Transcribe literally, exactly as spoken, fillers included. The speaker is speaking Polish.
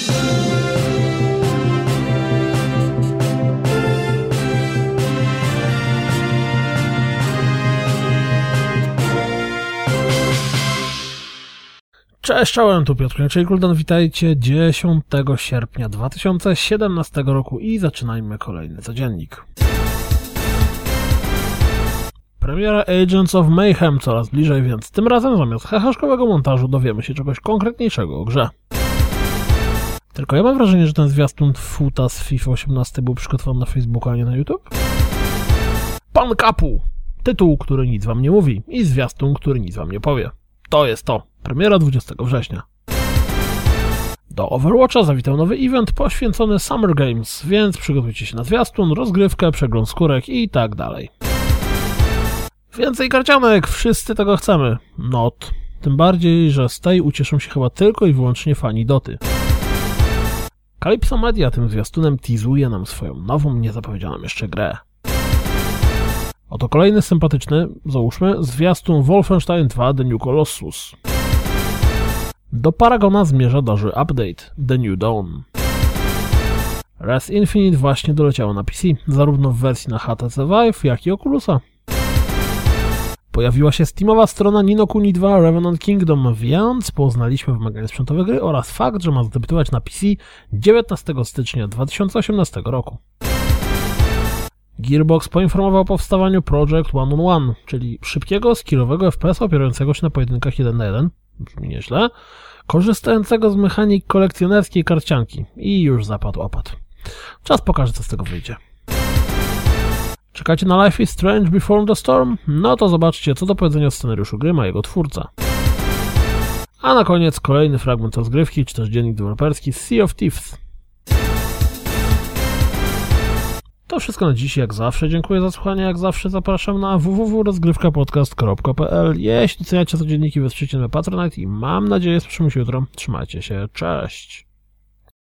Cześć, czołem, tu Piotr Konieczny, Kuldan, witajcie dziesiątego sierpnia dwa tysiące siedemnastego roku i zaczynajmy kolejny codziennik. Premiera Agents of Mayhem coraz bliżej, więc tym razem zamiast heheszkowego montażu dowiemy się czegoś konkretniejszego o grze. Tylko ja mam wrażenie, że ten zwiastun futa z FIFA osiemnaście był przygotowany na Facebooku, a nie na YouTube. Pan Kapu! Tytuł, który nic wam nie mówi i zwiastun, który nic wam nie powie. To jest to. Premiera dwudziestego września. Do Overwatcha zawitał nowy event poświęcony Summer Games, więc przygotujcie się na zwiastun, rozgrywkę, przegląd skórek i tak dalej. Więcej karcianek! Wszyscy tego chcemy. Not. Tym bardziej, że z tej ucieszą się chyba tylko i wyłącznie fani Doty. Calypso Media tym zwiastunem teasuje nam swoją nową, niezapowiedzianą jeszcze grę. Oto kolejny sympatyczny, załóżmy, zwiastun Wolfenstein dwa The New Colossus. Do Paragona zmierza duży update, The New Dawn. Res Infinite właśnie doleciało na P C, zarówno w wersji na H T C Vive, jak i Oculusa. Pojawiła się steamowa strona Ni no Kuni dwa Revenant Kingdom, więc poznaliśmy wymagania sprzętowe gry oraz fakt, że ma zadebiutować na P C dziewiętnastego stycznia dwa tysiące osiemnastego roku. Gearbox poinformował o powstawaniu Project One on One, czyli szybkiego, skillowego F P S opierającego się na pojedynkach jeden na jeden, brzmi nieźle, korzystającego z mechanik kolekcjonerskiej karcianki i już zapadł opad. Czas pokaże, co z tego wyjdzie. Czekacie na Life is Strange Before the Storm? No to zobaczcie, co do powiedzenia o scenariuszu gry ma jego twórca. A na koniec kolejny fragment rozgrywki, czy też dziennik deweloperski Sea of Thieves. To wszystko na dziś, jak zawsze. Dziękuję za słuchanie, jak zawsze zapraszam na w w w kropka rozgrywka podcast kropka p l. Jeśli doceniacie codzienniki, wesprzyjcie na Patronite i mam nadzieję, słyszymy się jutro. Trzymajcie się, cześć!